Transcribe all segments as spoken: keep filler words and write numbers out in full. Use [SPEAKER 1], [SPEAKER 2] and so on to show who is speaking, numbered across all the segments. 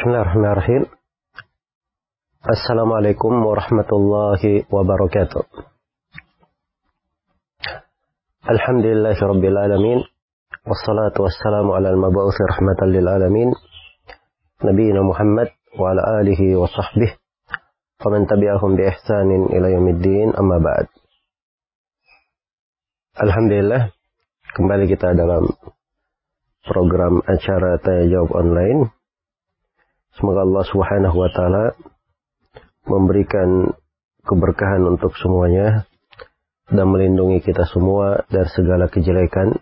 [SPEAKER 1] Bismillahirrahmanirrahim. Assalamualaikum warahmatullahi wabarakatuh. Alhamdulillahi rabbil alamin. Wassalatu wassalamu ala al-mab'uthi rahmatan lil alamin. Nabiyyina Muhammad wa ala alihi wa sahbihi. Faman tabi'ahum bi ihsanin ila yaumiddin, amma ba'd. Alhamdulillah, kembali kita dalam program acara tanya jawab online. Semoga Allah Subhanahu wa taala memberikan keberkahan untuk semuanya dan melindungi kita semua dari segala kejelekan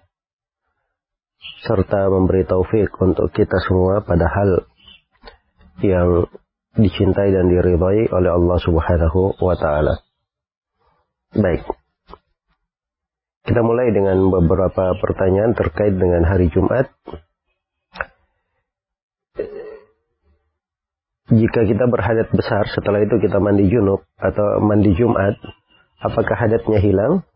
[SPEAKER 1] serta memberi taufik untuk kita semua pada hal yang dicintai dan diridhai oleh Allah Subhanahu wa taala. Baik. Kita mulai dengan beberapa pertanyaan terkait dengan hari Jumat. Jika kita berhadat besar, setelah itu kita mandi junub atau mandi Jumat, apakah hadatnya hilang?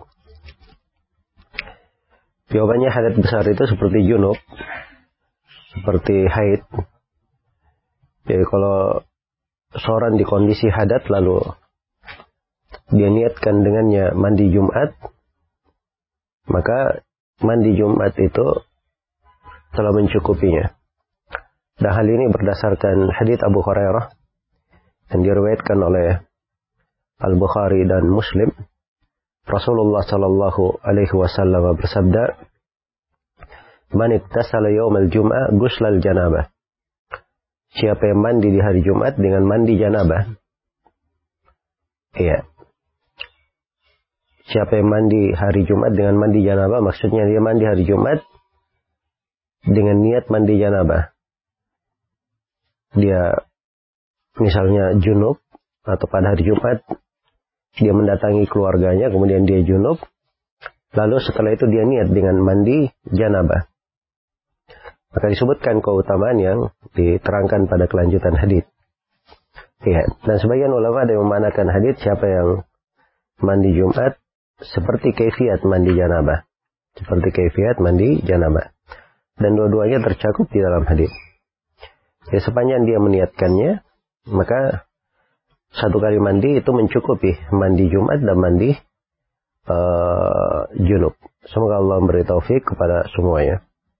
[SPEAKER 1] Jawabannya, hadat besar itu seperti junub, seperti haid. Jadi kalau seorang di kondisi hadat lalu dia niatkan dengannya mandi Jumat, maka mandi Jumat itu telah mencukupinya. Dan hal ini berdasarkan hadits Abu Hurairah yang diriwayatkan oleh Al-Bukhari dan Muslim. Rasulullah sallallahu alaihi wasallam bersabda, "Man ittasala yaumal jum'ah ghuslal janabah." Siapa yang mandi di hari Jumat dengan mandi janabah? Iya. Siapa yang mandi hari Jumat dengan mandi janabah, maksudnya dia mandi hari Jumat dengan niat mandi janabah. Dia misalnya junub atau pada hari Jumat dia mendatangi keluarganya, kemudian dia junub, lalu setelah itu dia niat dengan mandi janabah, maka disebutkan keutamaan yang diterangkan pada kelanjutan hadits. Ya, dan sebagian ulama ada yang memanakan hadits siapa yang mandi Jumat seperti kaifiat mandi janabah, seperti kaifiat mandi janabah, dan dua-duanya tercakup di dalam hadits. Ya, sepanjang dia meniatkannya, maka satu kali mandi itu mencukupi mandi Jumat dan mandi uh, junub. Semoga Allah memberi taufik kepada semuanya.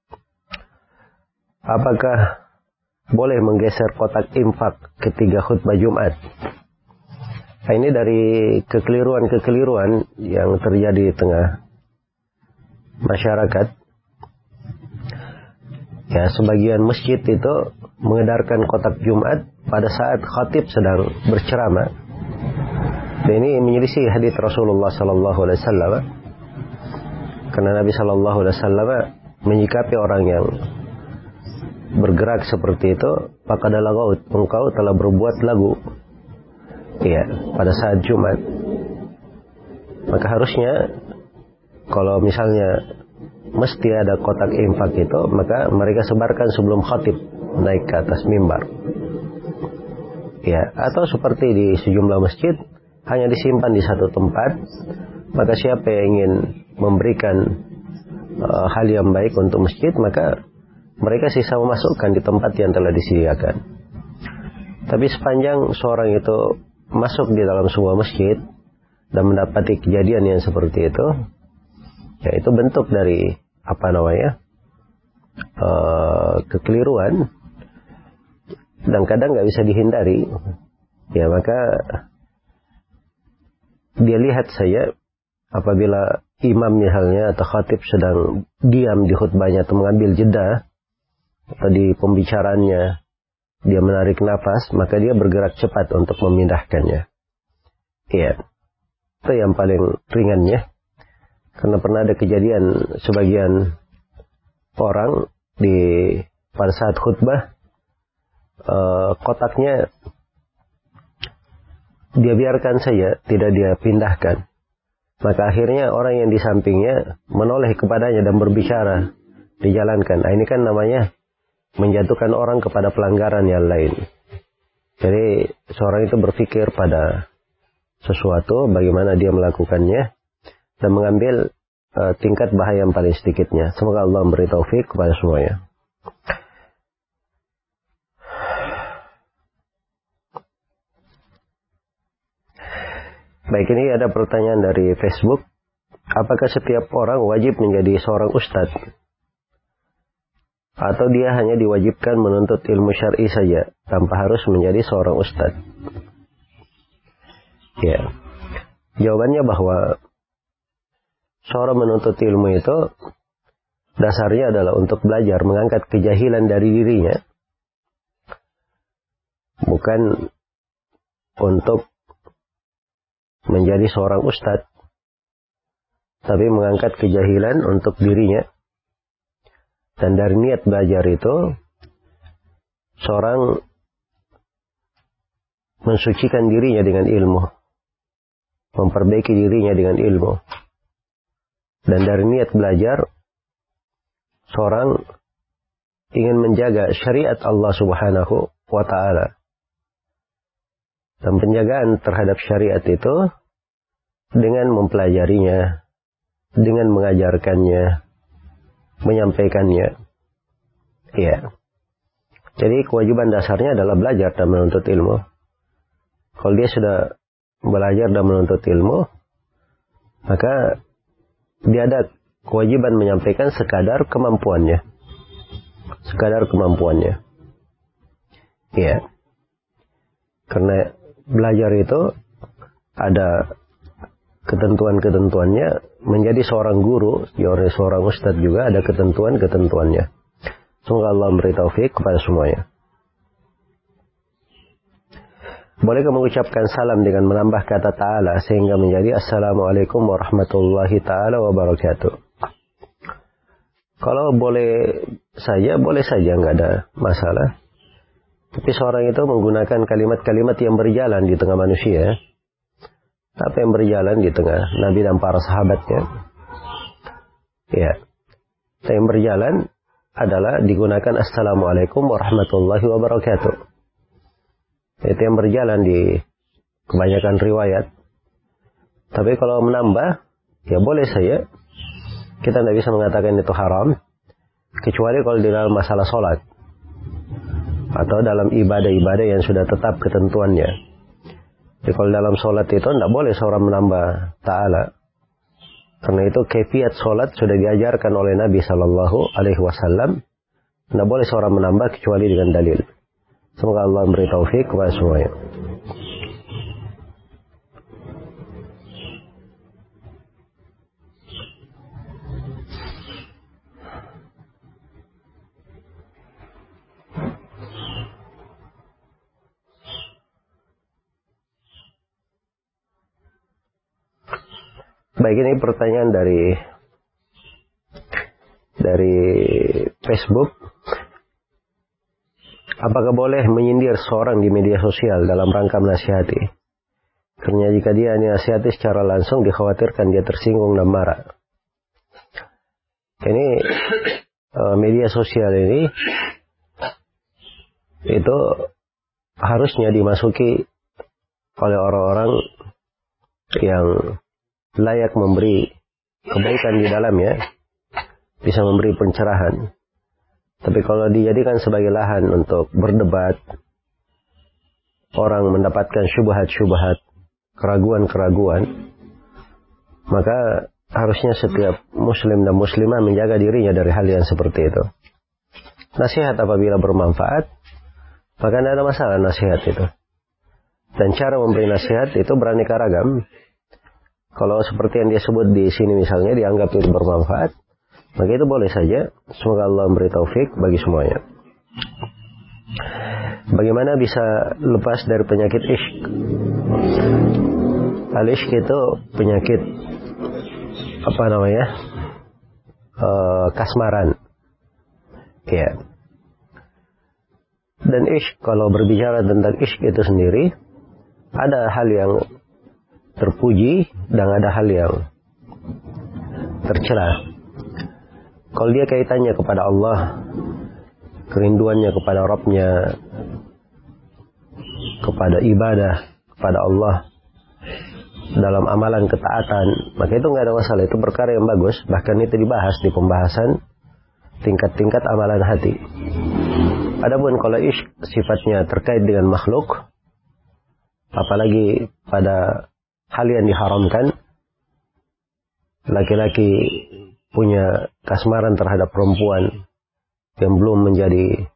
[SPEAKER 1] Apakah boleh menggeser kotak infak ketika khutbah Jumat? Nah, ini dari kekeliruan-kekeliruan yang terjadi di tengah masyarakat. Ya, sebagian masjid itu mengedarkan kotak Jumat pada saat khatib sedang berceramah. Dan ini menyelisih hadits Rasulullah sallallahu alaihi wasallam. Karena Nabi sallallahu alaihi wasallam menyikapi orang yang bergerak seperti itu, maka adalah engkau telah berbuat lagu. Iya, pada saat Jumat. Maka harusnya kalau misalnya mesti ada kotak infak itu, maka mereka sebarkan sebelum khatib naik ke atas mimbar. Ya, atau seperti di sejumlah masjid hanya disimpan di satu tempat, maka siapa yang ingin memberikan uh, hal yang baik untuk masjid, maka mereka sisa memasukkan di tempat yang telah disediakan. Tapi sepanjang seorang itu masuk di dalam sebuah masjid dan mendapati kejadian yang seperti itu, ya itu bentuk dari apa namanya uh, kekeliruan, dan kadang nggak bisa dihindari. Ya, maka dia lihat saja apabila imam misalnya atau khatib sedang diam di khutbahnya atau mengambil jeda atau di pembicaraannya dia menarik nafas, maka dia bergerak cepat untuk memindahkannya. Iya, itu yang paling ringannya. Karena pernah ada kejadian sebagian orang di pada saat khutbah, uh, kotaknya dia biarkan saja, tidak dia pindahkan. Maka akhirnya orang yang di sampingnya menoleh kepadanya dan berbicara, dijalankan. Nah, ini kan namanya menjatuhkan orang kepada pelanggaran yang lain. Jadi seorang itu berpikir pada sesuatu, bagaimana dia melakukannya, dan mengambil uh, tingkat bahaya yang paling sedikitnya. Semoga Allah memberi taufik kepada semuanya. Baik, ini ada pertanyaan dari Facebook. Apakah setiap orang wajib menjadi seorang ustadz? Atau dia hanya diwajibkan menuntut ilmu syar'i saja, tanpa harus menjadi seorang ustadz? Ya, jawabannya bahwa seorang menuntut ilmu itu dasarnya adalah untuk belajar, mengangkat kejahilan dari dirinya. Bukan untuk menjadi seorang ustadz, tapi mengangkat kejahilan untuk dirinya. Dan dari niat belajar itu, seorang mensucikan dirinya dengan ilmu, memperbaiki dirinya dengan ilmu. Dan dari niat belajar, seorang ingin menjaga syariat Allah Subhanahu wa Ta'ala. Dan penjagaan terhadap syariat itu dengan mempelajarinya, dengan mengajarkannya, menyampaikannya. Ya. Jadi kewajiban dasarnya adalah belajar dan menuntut ilmu. Kalau dia sudah belajar dan menuntut ilmu, maka dia ada kewajiban menyampaikan sekadar kemampuannya. Sekadar kemampuannya. Ya. Karena belajar itu ada ketentuan-ketentuannya. Menjadi seorang guru, menjadi seorang ustadz juga ada ketentuan-ketentuannya. Semoga Allah memberi taufik kepada semuanya. Bolehkah mengucapkan salam dengan menambah kata ta'ala sehingga menjadi Assalamualaikum warahmatullahi ta'ala wabarakatuh? Kalau boleh saja, boleh saja, nggak ada masalah. Tapi seorang itu menggunakan kalimat-kalimat yang berjalan di tengah manusia. Apa yang berjalan di tengah Nabi dan para sahabatnya. Ya. Yang berjalan adalah digunakan Assalamualaikum warahmatullahi wabarakatuh. Itu yang berjalan di kebanyakan riwayat. Tapi kalau menambah, ya boleh saja. Kita tidak bisa mengatakan itu haram. Kecuali kalau di dalam masalah sholat. Atau dalam ibadah-ibadah yang sudah tetap ketentuannya. Jadi kalau dalam sholat itu tidak boleh seorang menambah ta'ala. Karena itu kefiat sholat sudah diajarkan oleh Nabi Sallallahu Alaihi Wasallam. Tidak boleh seorang menambah kecuali dengan dalil. Semoga Allah memberi taufik kepada semuanya. Baik, ini pertanyaan dari dari Facebook. Apakah boleh menyindir seorang di media sosial dalam rangka menasihati? Karena jika dia menasihati secara langsung dikhawatirkan dia tersinggung dan marah. Ini media sosial ini itu harusnya dimasuki oleh orang-orang yang layak memberi kebaikan di dalamnya, bisa memberi pencerahan. Tapi kalau dijadikan sebagai lahan untuk berdebat, orang mendapatkan syubhat-syubhat, keraguan-keraguan, maka harusnya setiap muslim dan muslimah menjaga dirinya dari hal yang seperti itu. Nasihat apabila bermanfaat, maka tidak ada masalah nasihat itu. Dan cara memberi nasihat itu beraneka ragam. Kalau seperti yang dia sebut di sini misalnya dianggap itu bermanfaat, maka itu boleh saja. Semoga Allah memberi taufik bagi semuanya. Bagaimana bisa lepas dari penyakit ishq? Al-ishq itu penyakit apa namanya? Uh, kasmaran. Ya. Dan ishq, kalau berbicara tentang ishq itu sendiri, ada hal yang terpuji dan ada hal yang tercela. Kalau dia kaitannya kepada Allah, kerinduannya kepada Rabb-nya, kepada ibadah kepada Allah dalam amalan ketaatan, maka itu nggak ada masalah. Itu perkara yang bagus. Bahkan itu dibahas di pembahasan tingkat-tingkat amalan hati. Adapun kalau ishq sifatnya terkait dengan makhluk, apalagi pada hal yang diharamkan. Laki-laki punya kasmaran terhadap perempuan yang belum menjadi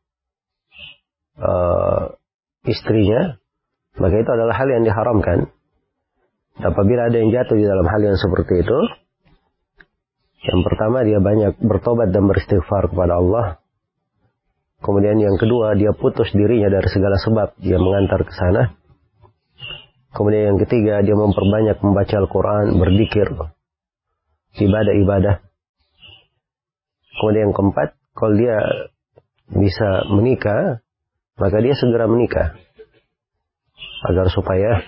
[SPEAKER 1] uh, istrinya, maka itu adalah hal yang diharamkan. Apabila ada yang jatuh di dalam hal yang seperti itu, yang pertama dia banyak bertobat dan beristighfar kepada Allah. Kemudian yang kedua, dia putus dirinya dari segala sebab dia mengantar ke sana. Kemudian yang ketiga, dia memperbanyak membaca Al-Quran, berzikir, ibadah-ibadah. Kemudian yang keempat, kalau dia bisa menikah, maka dia segera menikah. Agar supaya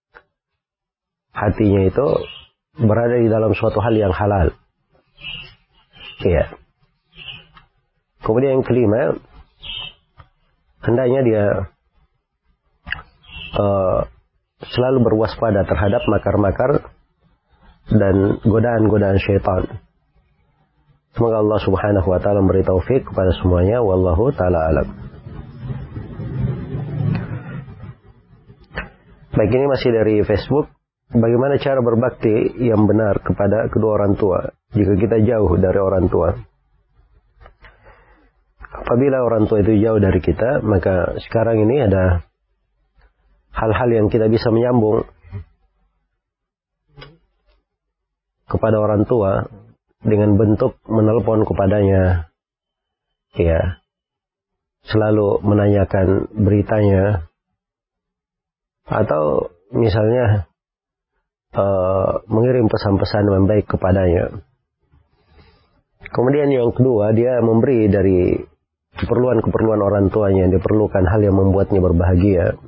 [SPEAKER 1] hatinya itu berada di dalam suatu hal yang halal. Iya. Kemudian yang kelima, hendaknya dia uh, selalu berwaspada terhadap makar-makar dan godaan-godaan syaitan. Semoga Allah Subhanahu wa taala memberi taufik kepada semuanya. Wallahu taala alam. Baik, ini masih dari Facebook. Bagaimana cara berbakti yang benar kepada kedua orang tua jika kita jauh dari orang tua? Apabila orang tua itu jauh dari kita, maka sekarang ini ada hal-hal yang kita bisa menyambung kepada orang tua dengan bentuk menelpon kepadanya, ya, selalu menanyakan beritanya, atau misalnya uh, mengirim pesan-pesan yang baik kepadanya. Kemudian yang kedua, dia memberi dari keperluan-keperluan orang tuanya yang diperlukan, hal yang membuatnya berbahagia.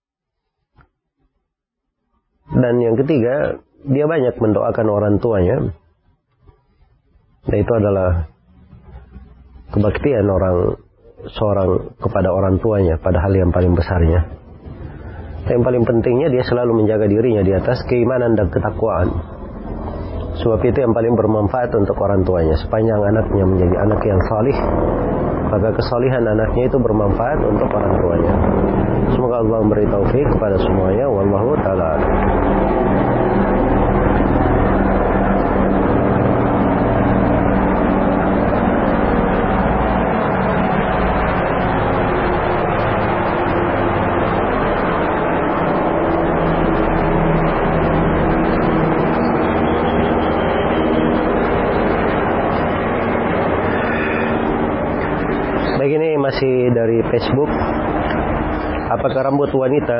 [SPEAKER 1] Dan yang ketiga, dia banyak mendoakan orang tuanya. Dan itu adalah kebaktian orang seorang kepada orang tuanya pada hal yang paling besarnya. Yang paling pentingnya, dia selalu menjaga dirinya di atas keimanan dan ketakwaan. Sebab itu yang paling bermanfaat untuk orang tuanya. Sepanjang anaknya menjadi anak yang salih, maka kesalihan anaknya itu bermanfaat untuk orang tuanya. Semoga Allah memberi taufik kepada semuanya. Wallahu ta'ala. Masih dari Facebook. Apakah rambut wanita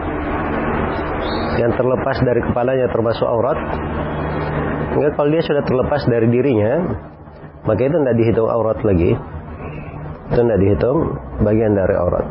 [SPEAKER 1] yang terlepas dari kepalanya termasuk aurat? Enggak, kalau dia sudah terlepas dari dirinya, maka itu tidak dihitung aurat lagi. Itu tidak dihitung bagian dari aurat.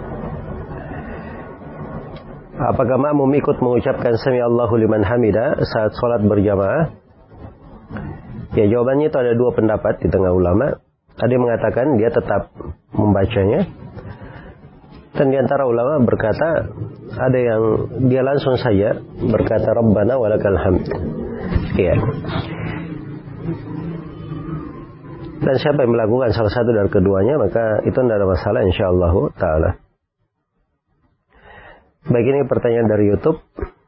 [SPEAKER 1] Apakah makmum ikut mengucapkan Sami Allahu liman hamida saat sholat berjamaah? Ya, jawabannya itu ada dua pendapat di tengah ulama. Ada yang mengatakan dia tetap membacanya, dan di antara ulama berkata ada yang dia langsung saja berkata Rabbana walakal hamd. Iya. Dan siapa yang melakukan salah satu dari keduanya, maka itu tidak ada masalah insyaallah taala. Baik, ini pertanyaan dari YouTube.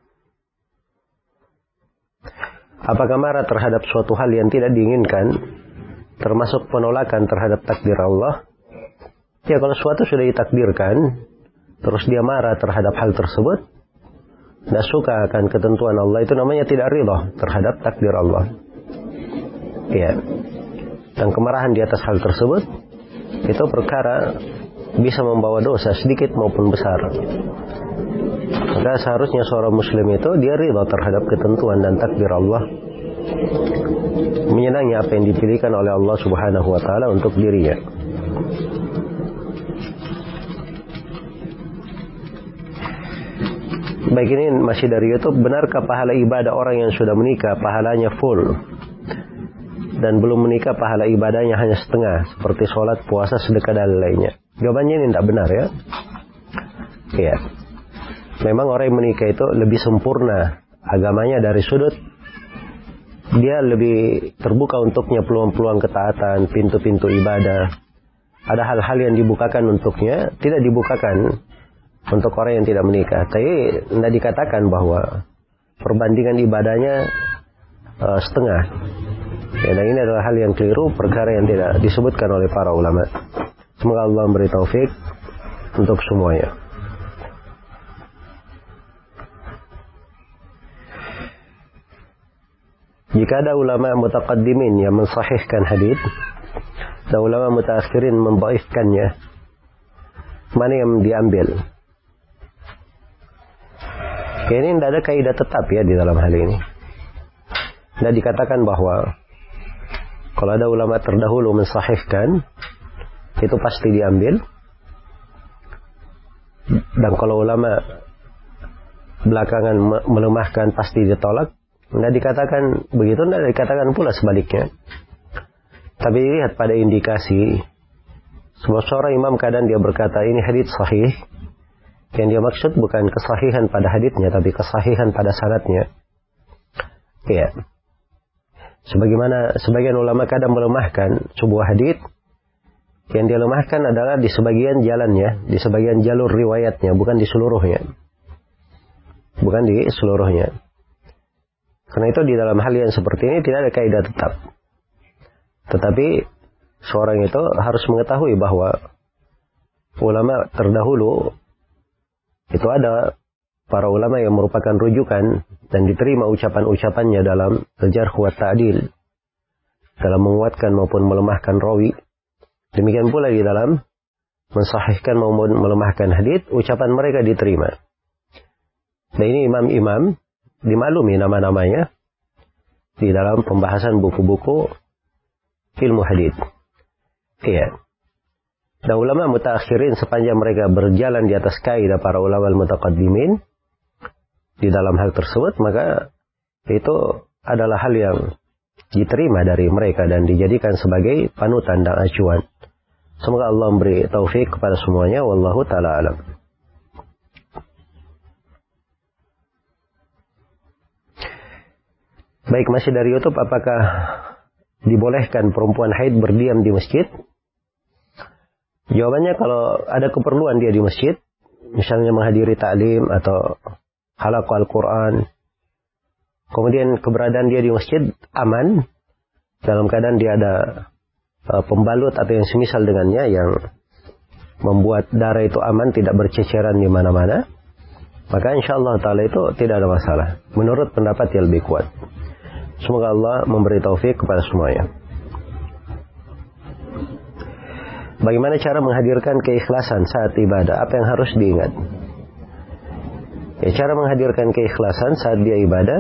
[SPEAKER 1] Apakah marah terhadap suatu hal yang tidak diinginkan termasuk penolakan terhadap takdir Allah? Ya, kalau sesuatu sudah ditakdirkan, terus dia marah terhadap hal tersebut, tidak suka akan ketentuan Allah, itu namanya tidak ridha terhadap takdir Allah. Ya. Dan kemarahan di atas hal tersebut, itu perkara bisa membawa dosa sedikit maupun besar. Maka seharusnya seorang muslim itu dia ridha terhadap ketentuan dan takdir Allah, menyenangi apa yang dipilihkan oleh Allah Subhanahu wa taala untuk dirinya. Baik, ini masih dari YouTube. Benarkah pahala ibadah orang yang sudah menikah pahalanya full, dan belum menikah pahala ibadahnya hanya setengah, seperti sholat, puasa, sedekah dan lainnya? Jawabannya ini tidak benar, ya. Iya. Memang orang yang menikah itu lebih sempurna agamanya dari sudut dia lebih terbuka untuknya peluang-peluang ketaatan, pintu-pintu ibadah. Ada hal-hal yang dibukakan untuknya, tidak dibukakan untuk orang yang tidak menikah. Tapi tidak dikatakan bahwa perbandingan ibadahnya uh, setengah. Ya, dan ini adalah hal yang keliru, perkara yang tidak disebutkan oleh para ulama. Semoga Allah memberi taufik untuk semuanya. Jika ada ulama mutaqaddimin yang mensahihkan hadis dan ulama mutaakhirin membaifkannya, mana yang diambil? Ya, ini tidak ada kaidah tetap ya di dalam hal ini. Dan dikatakan bahwa kalau ada ulama terdahulu mensahihkan, itu pasti diambil. Dan kalau ulama belakangan melemahkan, pasti ditolak. Tidak dikatakan begitu, tidak dikatakan pula sebaliknya. Tapi lihat pada indikasi, sebuah seorang imam kadang dia berkata ini hadits sahih. Yang dia maksud bukan kesahihan pada haditsnya, tapi kesahihan pada sanadnya. Iya. Sebagaimana sebagian ulama kadang melemahkan sebuah hadits, yang dia lemahkan adalah di sebagian jalannya, di sebagian jalur riwayatnya, bukan di seluruhnya. Bukan di seluruhnya. Karena itu di dalam hal yang seperti ini tidak ada kaidah tetap. Tetapi seorang itu harus mengetahui bahwa ulama terdahulu itu ada para ulama yang merupakan rujukan dan diterima ucapan-ucapannya dalam al-jarh wa ta'dil, dalam menguatkan maupun melemahkan rawi. Demikian pula di dalam mensahihkan maupun melemahkan hadits, ucapan mereka diterima. Dan ini imam-imam dimaklumi nama-namanya di dalam pembahasan buku-buku ilmu hadits. Iya. Dan ulama mutaakhirin sepanjang mereka berjalan di atas kaidah para ulama al-mutaqaddimin di dalam hal tersebut, maka itu adalah hal yang diterima dari mereka dan dijadikan sebagai panutan dan acuan. Semoga Allah memberi taufik kepada semuanya. Wallahu ta'ala alam. Baik, masih dari YouTube, apakah dibolehkan perempuan haid berdiam di masjid? Jawabannya, kalau ada keperluan dia di masjid, misalnya menghadiri ta'lim atau halaqah Al-Quran, kemudian keberadaan dia di masjid aman, dalam keadaan dia ada uh, pembalut atau yang semisal dengannya yang membuat darah itu aman, tidak berceceran di mana-mana, maka insyaAllah ta'ala itu tidak ada masalah, menurut pendapat yang lebih kuat. Semoga Allah memberi taufik kepada semuanya. Bagaimana cara menghadirkan keikhlasan saat ibadah? Apa yang harus diingat? Ya, cara menghadirkan keikhlasan saat dia ibadah,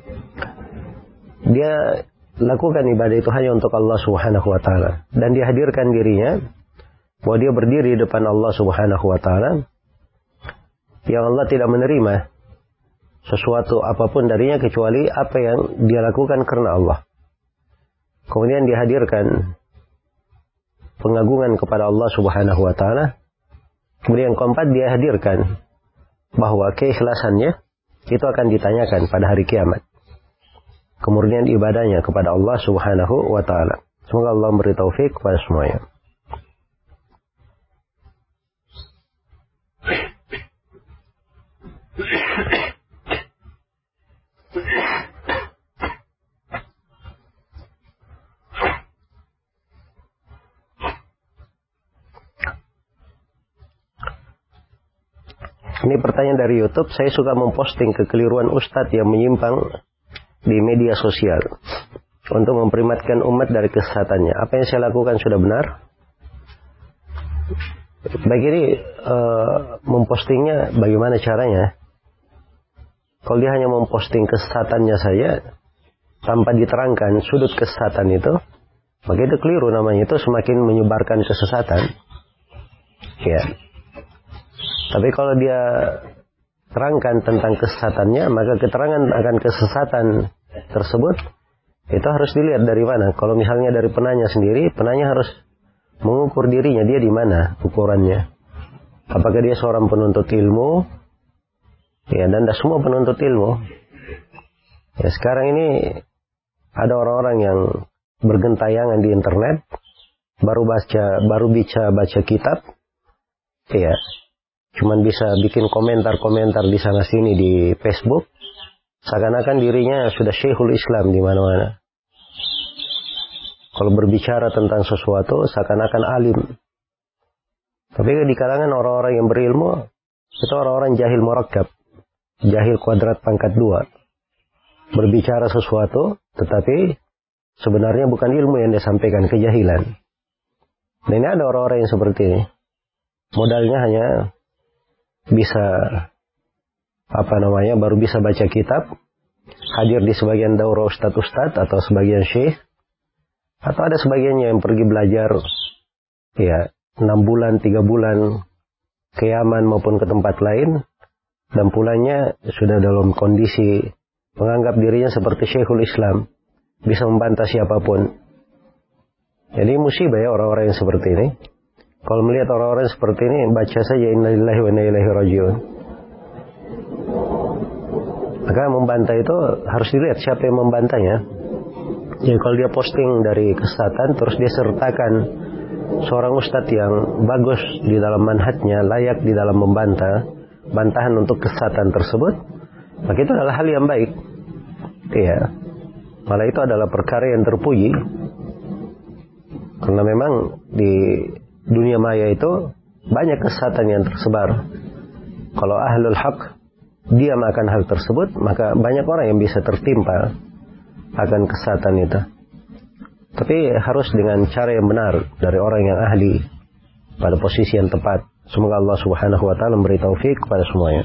[SPEAKER 1] dia lakukan ibadah itu hanya untuk Allah Subhanahu wa taala, dan dia hadirkan dirinya bahwa dia berdiri di depan Allah Subhanahu wa taala yang Allah tidak menerima sesuatu apapun darinya kecuali apa yang dia lakukan karena Allah. Kemudian dihadirkan pengagungan kepada Allah Subhanahu wa taala. Kemudian keempat, dia hadirkan bahwa keikhlasannya itu akan ditanyakan pada hari kiamat. Kemurnian ibadahnya kepada Allah Subhanahu wa taala. Semoga Allah memberi taufik kepada semuanya. Ini pertanyaan dari YouTube. Saya suka memposting kekeliruan ustadz yang menyimpang di media sosial untuk memperingatkan umat dari kesesatannya. Apa yang saya lakukan sudah benar? Baik, ini uh, mempostingnya bagaimana caranya? Kalau dia hanya memposting kesesatannya saja tanpa diterangkan sudut kesesatan itu, maka itu keliru namanya. Itu semakin menyebarkan kesesatan. Ya. Tapi kalau dia terangkan tentang kesesatannya, maka keterangan akan kesesatan tersebut itu harus dilihat dari mana. Kalau misalnya dari penanya sendiri, penanya harus mengukur dirinya, dia di mana ukurannya. Apakah dia seorang penuntut ilmu? Ya, dan tidak semua penuntut ilmu. Ya, sekarang ini ada orang-orang yang bergentayangan di internet, baru baca, baru baca baca kitab, ya. Cuman bisa bikin komentar-komentar di sana sini di Facebook, Seakan-akan dirinya sudah Syekhul Islam di mana-mana. Kalau berbicara tentang sesuatu, seakan-akan alim. Tapi di kalangan orang-orang yang berilmu, itu orang-orang jahil murakkab. Jahil kuadrat pangkat dua. Berbicara sesuatu, tetapi sebenarnya bukan ilmu yang dia sampaikan, kejahilan. Dan ini ada orang-orang yang seperti ini. Modalnya hanya bisa, apa namanya, baru bisa baca kitab, hadir di sebagian daurah ustadz-ustadz atau sebagian syekh, atau ada sebagiannya yang pergi belajar, ya, enam bulan, tiga bulan, ke Yaman maupun ke tempat lain, dan pulangnya sudah dalam kondisi menganggap dirinya seperti Syekhul Islam, bisa membantah siapapun. Jadi musibah ya orang-orang yang seperti ini. Kalau melihat orang-orang seperti ini, baca saja innalillahi wa inna ilaihi raji'un. Maka membantah itu harus dilihat siapa yang membantahnya. Jadi kalau dia posting dari kesesatan, terus dia sertakan seorang ustadz yang bagus di dalam manhajnya, layak di dalam membantah, bantahan untuk kesesatan tersebut, maka itu adalah hal yang baik. Iya. Malah itu adalah perkara yang terpuji. Karena memang di dunia maya itu banyak kesesatan yang tersebar. Kalau ahlul haq diam akan hal tersebut, maka banyak orang yang bisa tertimpa akan kesesatan itu. Tapi harus dengan cara yang benar dari orang yang ahli pada posisi yang tepat. Semoga Allah Subhanahu wa taala memberi taufik kepada semuanya.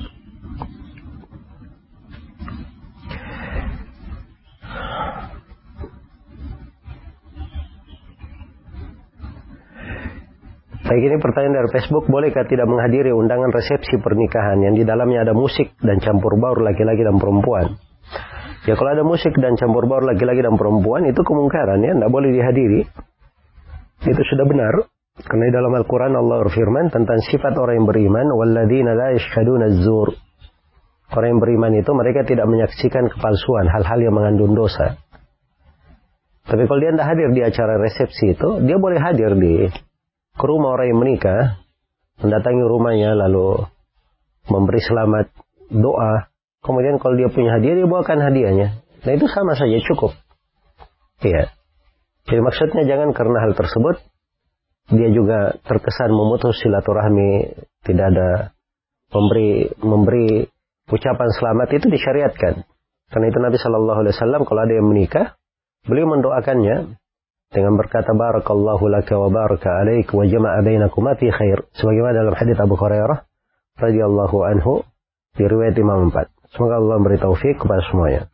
[SPEAKER 1] Baik, ini pertanyaan dari Facebook, bolehkah tidak menghadiri undangan resepsi pernikahan yang di dalamnya ada musik dan campur baur laki-laki dan perempuan? Ya, kalau ada musik dan campur baur laki-laki dan perempuan, itu kemungkaran ya, tidak boleh dihadiri. Itu sudah benar. Karena di dalam Al-Quran Allah berfirman tentang sifat orang yang beriman, وَالَّذِينَ لَا يَشْهَدُونَ الزُّورِ. Orang yang beriman itu mereka tidak menyaksikan kepalsuan, hal-hal yang mengandung dosa. Tapi kalau dia tidak hadir di acara resepsi itu, dia boleh hadir di ke rumah orang yang menikah, mendatangi rumahnya, lalu memberi selamat, doa. Kemudian kalau dia punya hadiah, dia bawakan hadiahnya. Nah itu sama saja, cukup. Iya. Jadi maksudnya jangan karena hal tersebut, dia juga terkesan memutus silaturahmi, tidak ada memberi memberi ucapan selamat, itu disyariatkan. Karena itu Nabi Shallallahu Alaihi Wasallam kalau ada yang menikah, beliau mendoakannya dengan berkata barakallahu laka wa baraka alaik wa jama'a bainakuma fi khair. Sebagaimana dalam hadits Abu Hurairah radhiyallahu anhu di riwayat Imam empat. Semoga Allah memberi taufik kepada semuanya.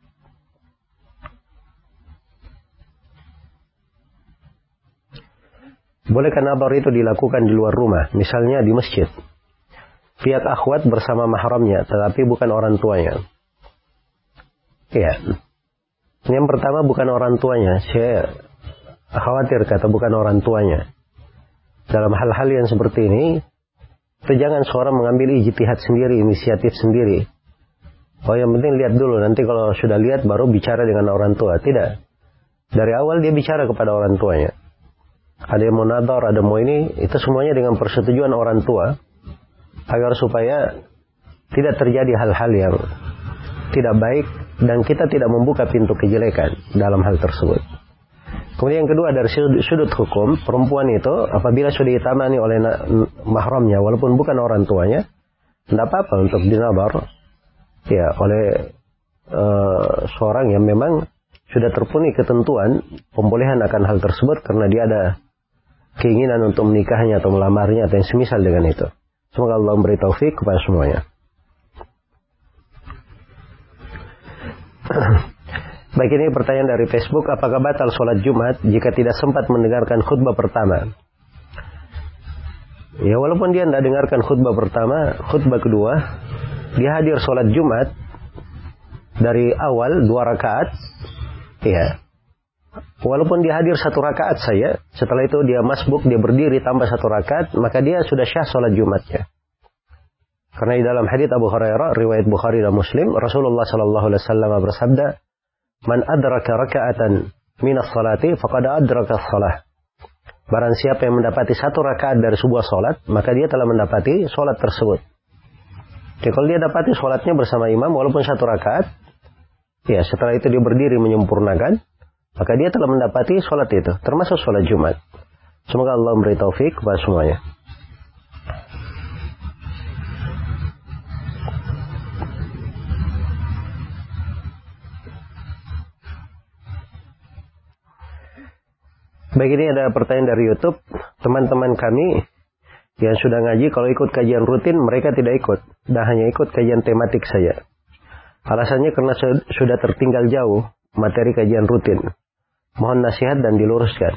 [SPEAKER 1] Bolehkah nabar itu dilakukan di luar rumah, misalnya di masjid? Pihak akhwat bersama mahramnya, tetapi bukan orang tuanya. Iya. Yang pertama bukan orang tuanya. Saya khawatir kata bukan orang tuanya. Dalam hal-hal yang seperti ini, itu jangan seorang mengambil ijtihad sendiri, inisiatif sendiri. Oh yang penting lihat dulu, nanti kalau sudah lihat baru bicara dengan orang tua. Tidak. Dari awal dia bicara kepada orang tuanya. Ada yang mau nadar, ada mau ini, itu semuanya dengan persetujuan orang tua. Agar supaya tidak terjadi hal-hal yang tidak baik dan kita tidak membuka pintu kejelekan dalam hal tersebut. Kemudian yang kedua dari sudut, sudut hukum, perempuan itu apabila sudah ditamani oleh mahramnya walaupun bukan orang tuanya, tidak apa-apa untuk dinabar ya oleh uh, seorang yang memang sudah terpenuhi ketentuan pembolehan akan hal tersebut karena dia ada keinginan untuk menikahnya atau melamarnya atau yang semisal dengan itu. Semoga Allah memberi taufik kepada semuanya. Baik, ini pertanyaan dari Facebook. Apakah batal sholat Jumat jika tidak sempat mendengarkan khutbah pertama? Ya, walaupun dia tidak dengarkan khutbah pertama, khutbah kedua, dia hadir sholat Jumat dari awal dua rakaat. Ya, walaupun dia hadir satu rakaat saja, setelah itu dia masbuk, dia berdiri tambah satu rakaat, maka dia sudah syah sholat Jumatnya. Karena di dalam hadits Abu Hurairah, riwayat Bukhari dan Muslim, Rasulullah Sallallahu Alaihi Wasallam bersabda, "Man adraka raka'atan minas salati, faqad adraka salah." Barang siapa yang mendapati satu rakaat dari sebuah solat, maka dia telah mendapati solat tersebut. Jadi kalau dia dapati solatnya bersama imam, walaupun satu rakaat, Ya, setelah itu dia berdiri menyempurnakan, maka dia telah mendapati sholat itu, termasuk sholat Jumat. Semoga Allah memberi taufik kepada semuanya. Baik, ini ada pertanyaan dari YouTube. Teman-teman kami yang sudah ngaji, kalau ikut kajian rutin, mereka tidak ikut. Dan hanya ikut kajian tematik saja. Alasannya karena sudah tertinggal jauh materi kajian rutin. Mohon nasihat dan diluruskan.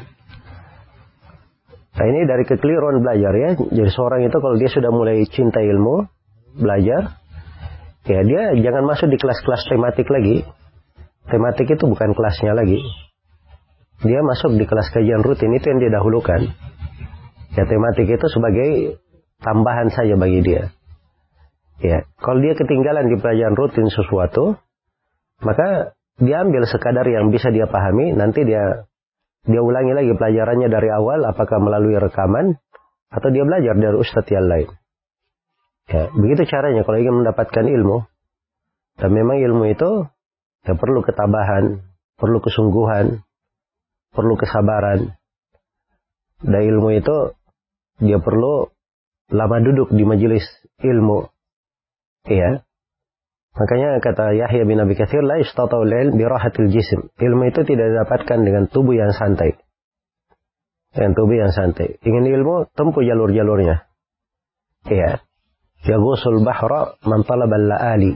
[SPEAKER 1] Nah, ini dari kekeliruan belajar ya. Jadi seorang itu kalau dia sudah mulai cinta ilmu, belajar, ya dia jangan masuk di kelas-kelas tematik lagi. Tematik itu bukan kelasnya lagi. Dia masuk di kelas kajian rutin, itu yang dia dahulukan. Ya, tematik itu sebagai tambahan saja bagi dia. Ya, kalau dia ketinggalan di pelajaran rutin sesuatu, maka dia ambil sekadar yang bisa dia pahami, nanti dia dia ulangi lagi pelajarannya dari awal, apakah melalui rekaman atau dia belajar dari ustadz yang lain. Ya, begitu caranya kalau ingin mendapatkan ilmu. Dan memang ilmu itu ya perlu ketabahan, perlu kesungguhan, perlu kesabaran. Dan ilmu itu dia perlu lama duduk di majelis ilmu. Iya. Makanya kata Yahya bin Abi Katsir, la istata'ul ilm bi rahatil jism. Ilmu itu tidak didapatkan dengan tubuh yang santai. Dengan tubuh yang santai. Ingin ilmu, tempuh jalur-jalurnya. Iya. Yaghusul bahra man talabal la'ali.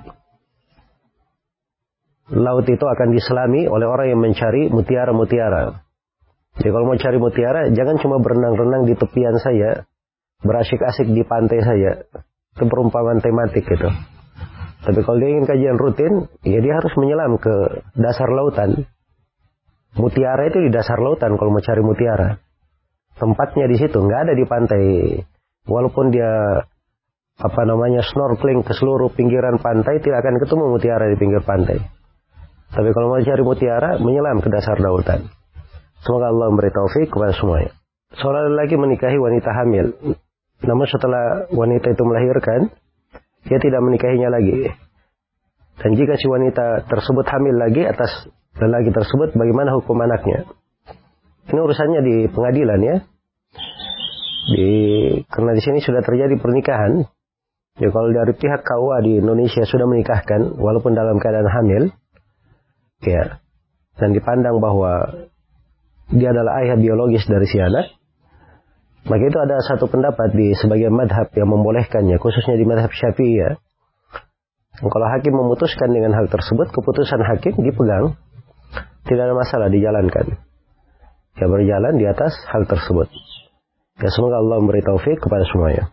[SPEAKER 1] Laut itu akan diselami oleh orang yang mencari mutiara-mutiara. Jadi kalau mau cari mutiara, jangan cuma berenang-renang di tepian saja, berasyik-asyik di pantai saja. Itu perumpamaan tematik gitu. Tapi kalau dia ingin kajian rutin, ya dia harus menyelam ke dasar lautan. Mutiara itu di dasar lautan kalau mau cari mutiara. Tempatnya di situ, nggak ada di pantai. Walaupun dia apa namanya snorkeling ke seluruh pinggiran pantai, tidak akan ketemu mutiara di pinggir pantai. Tapi kalau mau cari mutiara, menyelam ke dasar lautan. Semoga Allah memberi taufik kepada semuanya. Seorang lelaki menikahi wanita hamil. Namun setelah wanita itu melahirkan, dia tidak menikahinya lagi. Dan jika si wanita tersebut hamil lagi atas lelaki tersebut, bagaimana hukum anaknya? Ini urusannya di pengadilan ya. Di, karena di sini sudah terjadi pernikahan. Ya kalau dari pihak K U A di Indonesia sudah menikahkan, walaupun dalam keadaan hamil, ya, dan dipandang bahwa dia adalah ayah biologis dari si anak, maka itu ada satu pendapat di sebagian madhab yang membolehkannya, khususnya di madhab Syafi'iyah. Kalau hakim memutuskan dengan hal tersebut, keputusan hakim dipegang, tidak ada masalah, dijalankan. Ya berjalan di atas hal tersebut. Ya semoga Allah memberi taufik kepada semuanya.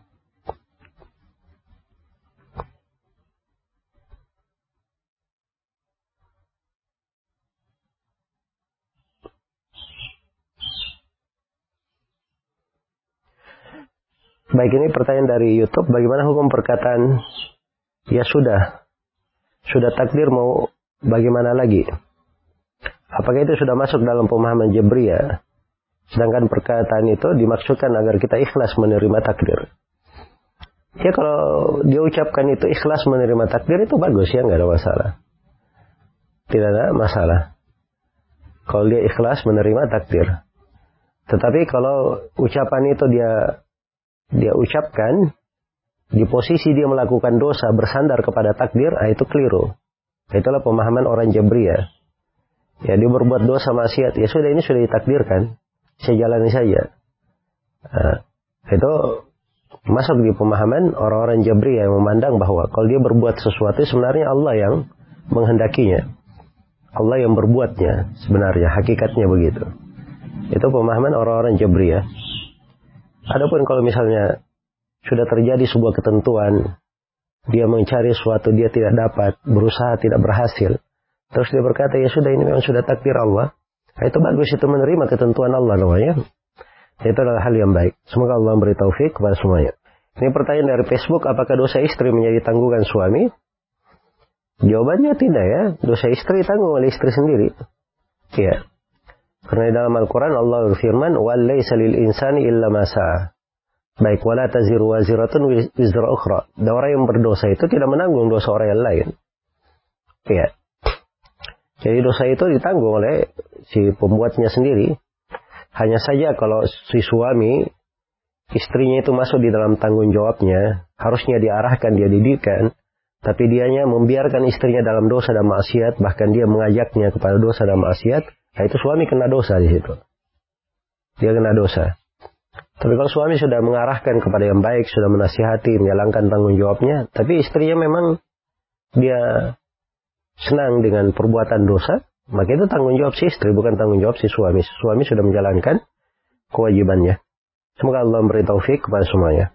[SPEAKER 1] Baik, ini pertanyaan dari YouTube. Bagaimana hukum perkataan ya sudah, sudah takdir mau bagaimana lagi? Apakah itu sudah masuk dalam pemahaman Jabriyah? Sedangkan perkataan itu dimaksudkan agar kita ikhlas menerima takdir. Ya kalau dia ucapkan itu ikhlas menerima takdir itu bagus ya, nggak ada masalah. Tidak ada masalah. Kalau dia ikhlas menerima takdir. Tetapi kalau ucapan itu dia dia ucapkan di posisi dia melakukan dosa bersandar kepada takdir, ah, itu keliru. Itulah pemahaman orang Jabriyah. Ya dia berbuat dosa maksiat, ya sudah ini sudah ditakdirkan, saya jalani saja. Nah, itu masuk di pemahaman orang-orang Jabriyah yang memandang bahwa kalau dia berbuat sesuatu sebenarnya Allah yang menghendakinya, Allah yang berbuatnya sebenarnya, hakikatnya begitu. Itu pemahaman orang-orang Jabriyah. Adapun kalau misalnya sudah terjadi sebuah ketentuan, dia mencari sesuatu dia tidak dapat, berusaha tidak berhasil, terus dia berkata ya sudah ini memang sudah takdir Allah, nah, itu bagus, itu menerima ketentuan Allah namanya. Itu adalah hal yang baik. Semoga Allah memberi taufik kepada semuanya. Ini pertanyaan dari Facebook, apakah dosa istri menjadi tanggungan suami? Jawabannya tidak ya, dosa istri tanggung oleh istri sendiri. Iya. Karena dalam Al-Quran Allah berfirman, وَلَيْسَ لِلْإِنسَانِ إِلَّا مَا سَعَى. Baik, وَلَا تَزِرُ وَازِرَةٌ وِزْرَ أُخْرَى. Dan orang yang berdosa itu tidak menanggung dosa orang yang lain. Iya. Jadi dosa itu ditanggung oleh si pembuatnya sendiri. Hanya saja kalau si suami, istrinya itu masuk di dalam tanggung jawabnya, harusnya diarahkan, dia didikkan. Tapi dianya membiarkan istrinya dalam dosa dan maksiat, bahkan dia mengajaknya kepada dosa dan maksiat, nah itu suami kena dosa di situ. Dia kena dosa. Tapi kalau suami sudah mengarahkan kepada yang baik, sudah menasihati, menjalankan tanggung jawabnya, tapi istrinya memang dia senang dengan perbuatan dosa, maka itu tanggung jawab si istri, bukan tanggung jawab si suami. Suami sudah menjalankan kewajibannya. Semoga Allah memberi taufik kepada semuanya.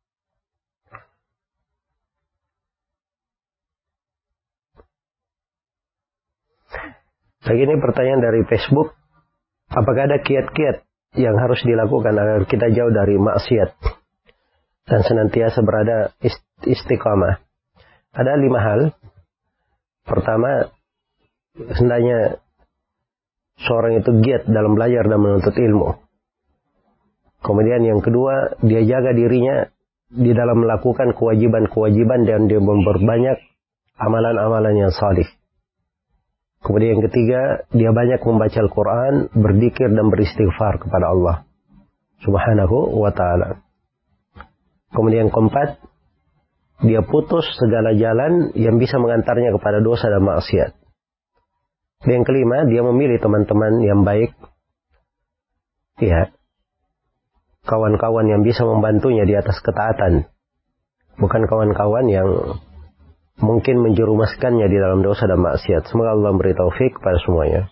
[SPEAKER 1] Lagi ini pertanyaan dari Facebook. Apakah ada kiat-kiat yang harus dilakukan agar kita jauh dari maksiat dan senantiasa berada istiqamah? Ada lima hal. Pertama, hendaknya seorang itu giat dalam belajar dan menuntut ilmu. Kemudian yang kedua, dia jaga dirinya di dalam melakukan kewajiban-kewajiban dan dia memperbanyak amalan-amalan yang salih. Kemudian yang ketiga, dia banyak membaca Al-Quran, berzikir dan beristighfar kepada Allah Subhanahu wa ta'ala. Kemudian yang keempat, dia putus segala jalan yang bisa mengantarnya kepada dosa dan maksiat. Dan yang kelima, dia memilih teman-teman yang baik. Ya, kawan-kawan yang bisa membantunya di atas ketaatan. Bukan kawan-kawan yang mungkin menjerumuskannya di dalam dosa dan maksiat. Semoga Allah memberi taufik kepada semuanya.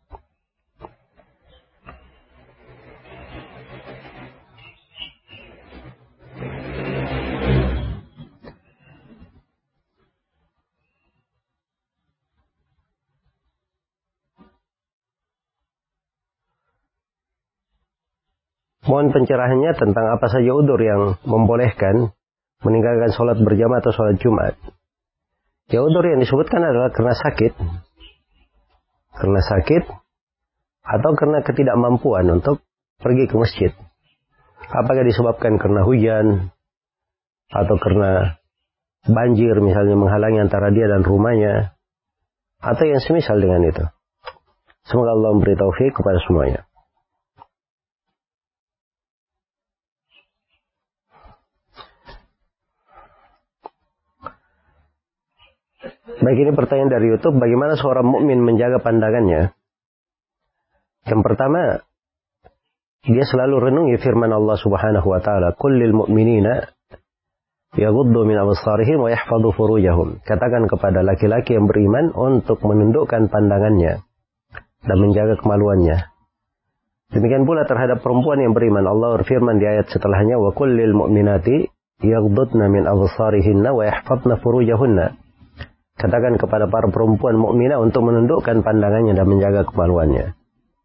[SPEAKER 1] Mohon pencerahannya tentang apa saja udzur yang membolehkan meninggalkan sholat berjamaah atau sholat Jumat. Ya, udzur yang disebutkan adalah karena sakit. Karena sakit atau karena ketidakmampuan untuk pergi ke masjid. Apakah disebabkan karena hujan atau karena banjir misalnya menghalangi antara dia dan rumahnya, atau yang semisal dengan itu. Semoga Allah memberi taufik kepada semuanya. Baik, ini pertanyaan dari YouTube. Bagaimana seorang mukmin menjaga pandangannya? Yang pertama, dia selalu renungi firman Allah Subhanahu wa taala, "Qul lil mu'minina yaghuddu min absarihim wa yahfadhu furujahum." Katakan kepada laki-laki yang beriman untuk menundukkan pandangannya dan menjaga kemaluannya. Demikian pula terhadap perempuan yang beriman. Allah berfirman di ayat setelahnya, "Wa qul lil mu'minati yaghuddna min absarihinna wa yahfadhna furujahunna." Katakan kepada para perempuan mukminah untuk menundukkan pandangannya dan menjaga kemaluannya.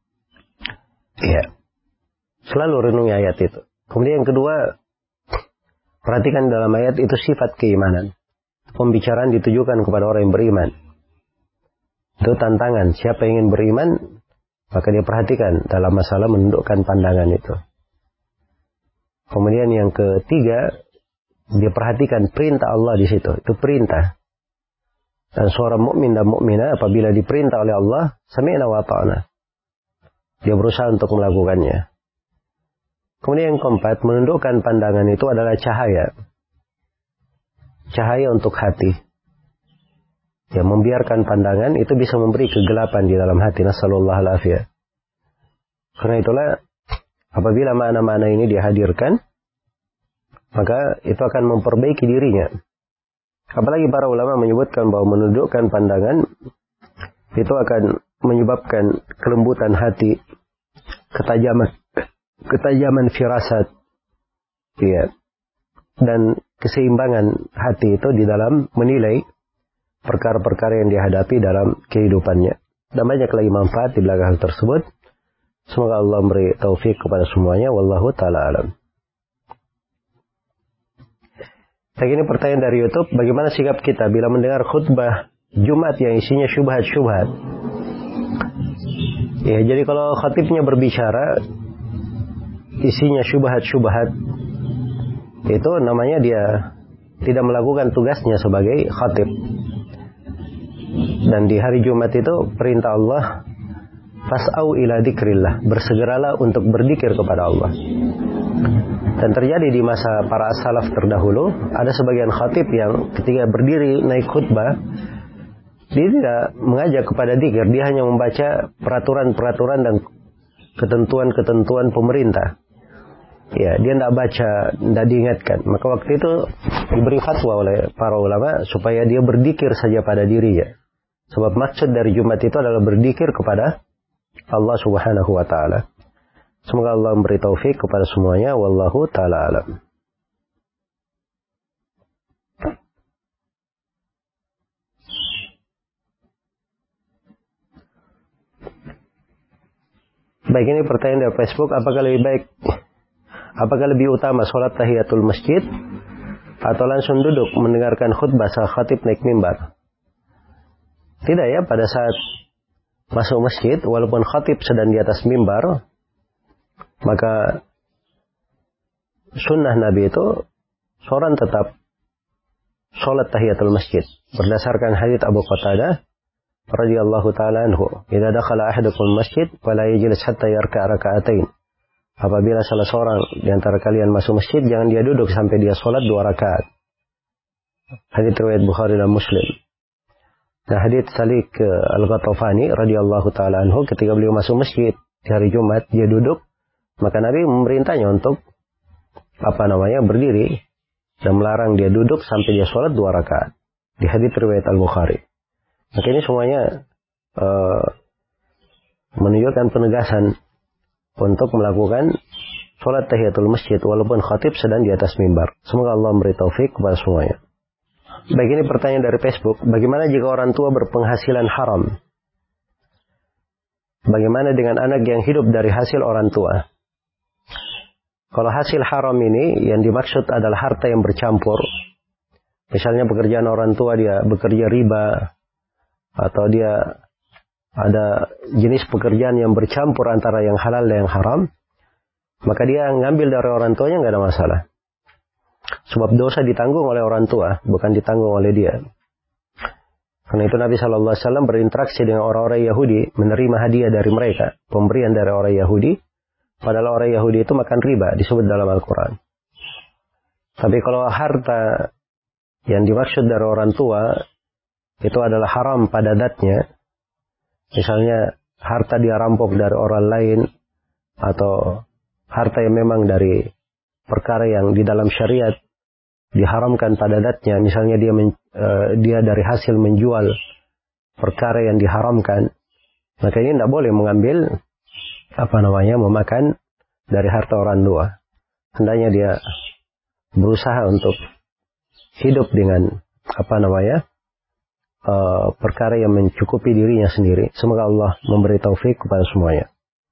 [SPEAKER 1] Iya. Selalu renungi ayat itu. Kemudian yang kedua, perhatikan dalam ayat itu sifat keimanan. Pembicaraan ditujukan kepada orang yang beriman. Itu tantangan. Siapa yang ingin beriman, maka dia perhatikan dalam masalah menundukkan pandangan itu. Kemudian yang ketiga, dia perhatikan perintah Allah di situ. Itu perintah. Dan seorang mukmin dan mukminah apabila diperintah oleh Allah, sami'na wa ta'na, dia berusaha untuk melakukannya. Kemudian yang keempat, menundukkan pandangan itu adalah cahaya. Cahaya untuk hati. Ya, membiarkan pandangan itu bisa memberi kegelapan di dalam hati. Nasallallahu alaihi. Karena itulah, apabila makna-makna ini dihadirkan, maka itu akan memperbaiki dirinya. Apalagi para ulama menyebutkan bahwa menundukkan pandangan itu akan menyebabkan kelembutan hati, ketajaman, ketajaman firasat, ya, dan keseimbangan hati itu di dalam menilai perkara-perkara yang dihadapi dalam kehidupannya. Dan banyak lagi manfaat di belakang hal tersebut. Semoga Allah memberi taufik kepada semuanya. Wallahu ta'ala alam. Lagi ini pertanyaan dari YouTube, bagaimana sikap kita bila mendengar khutbah Jumat yang isinya syubhat-syubhat? Ya, jadi kalau khatibnya berbicara isinya syubhat-syubhat, itu namanya dia tidak melakukan tugasnya sebagai khatib. Dan di hari Jumat itu perintah Allah, fas'au ila dzikrillah, bersegeralah untuk berzikir kepada Allah. Dan terjadi di masa para salaf terdahulu, ada sebagian khatib yang ketika berdiri naik khutbah, dia tidak mengajak kepada dzikir, dia hanya membaca peraturan-peraturan dan ketentuan-ketentuan pemerintah. Ya, dia tidak baca, tidak diingatkan. Maka waktu itu diberi fatwa oleh para ulama supaya dia berzikir saja pada dirinya. Sebab maksud dari Jumat itu adalah berzikir kepada Allah Subhanahu wa taala. Semoga Allah memberi taufik kepada semuanya. Wallahu taala alam. Baik, ini pertanyaan dari Facebook. Apakah lebih baik, apakah lebih utama sholat tahiyatul masjid atau langsung duduk mendengarkan khutbah saat khatib naik mimbar? Tidak ya, pada saat masuk masjid, walaupun khatib sedang di atas mimbar, maka sunnah Nabi itu seorang tetap sholat tahiyatul masjid. Berdasarkan hadits Abu Qatadah radhiyallahu taala anhu, "Idza dakhala ahadukum masjid fala yajlis hatta yarka' raka'atain." Apabila salah seorang di antara kalian masuk masjid, jangan dia duduk sampai dia sholat dua rakaat. Hadits riwayat Bukhari dan Muslim. Nah, hadits Salik Al-Ghatafani radhiyallahu taala anhu, ketika beliau masuk masjid di hari Jumat, dia duduk, maka Nabi memerintahnya untuk apa namanya berdiri dan melarang dia duduk sampai dia sholat dua rakaat. Di hadits riwayat Al-Bukhari. Maka ini semuanya uh, menunjukkan penegasan untuk melakukan sholat tahiyatul masjid walaupun khatib sedang di atas mimbar. Semoga Allah memberi taufik kepada semuanya. Baik, ini pertanyaan dari Facebook. Bagaimana jika orang tua berpenghasilan haram? Bagaimana dengan anak yang hidup dari hasil orang tua? Kalau hasil haram ini yang dimaksud adalah harta yang bercampur. Misalnya pekerjaan orang tua dia bekerja riba, atau dia ada jenis pekerjaan yang bercampur antara yang halal dan yang haram, maka dia ngambil dari orang tuanya nggak ada masalah. Sebab dosa ditanggung oleh orang tua, bukan ditanggung oleh dia. Karena itu Nabi shallallahu alaihi wasallam berinteraksi dengan orang-orang Yahudi, menerima hadiah dari mereka, pemberian dari orang Yahudi, padahal orang Yahudi itu makan riba, disebut dalam Al-Quran. Tapi kalau harta yang dimaksud dari orang tua itu adalah haram pada zatnya, misalnya harta dia rampok dari orang lain, atau harta yang memang dari perkara yang di dalam syariat diharamkan pada zatnya, misalnya dia men, uh, dia dari hasil menjual perkara yang diharamkan, maka ini tidak boleh mengambil apa namanya memakan dari harta orang tua. Hendaknya dia berusaha untuk hidup dengan apa namanya Uh, perkara yang mencukupi dirinya sendiri. Semoga Allah memberi taufik kepada semuanya.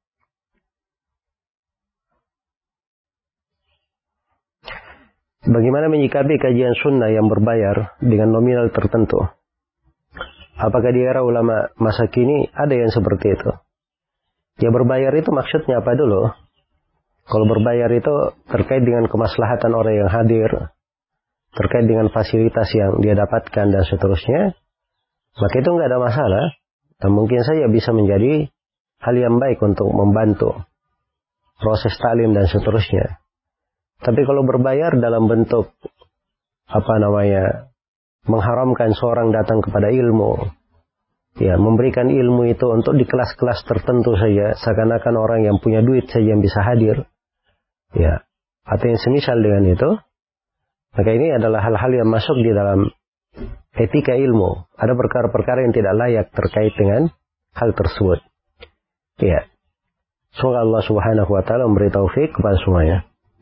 [SPEAKER 1] Bagaimana menyikapi kajian sunnah yang berbayar dengan nominal tertentu? Apakah di era ulama masa kini ada yang seperti itu? Ya, berbayar itu maksudnya apa dulu? Kalau berbayar itu terkait dengan kemaslahatan orang yang hadir, terkait dengan fasilitas yang dia dapatkan dan seterusnya, maka itu nggak ada masalah, dan mungkin saja bisa menjadi hal yang baik untuk membantu proses talim dan seterusnya. Tapi kalau berbayar dalam bentuk apa namanya mengharamkan seorang datang kepada ilmu, ya memberikan ilmu itu untuk di kelas-kelas tertentu saja, seakan-akan orang yang punya duit saja yang bisa hadir, ya, atau yang semisal dengan itu, maka ini adalah hal-hal yang masuk di dalam etika ilmu. Ada perkara-perkara yang tidak layak terkait dengan hal tersebut. Ya. Semoga Allah Subhanahu wa taala memberi taufik kepada semuanya.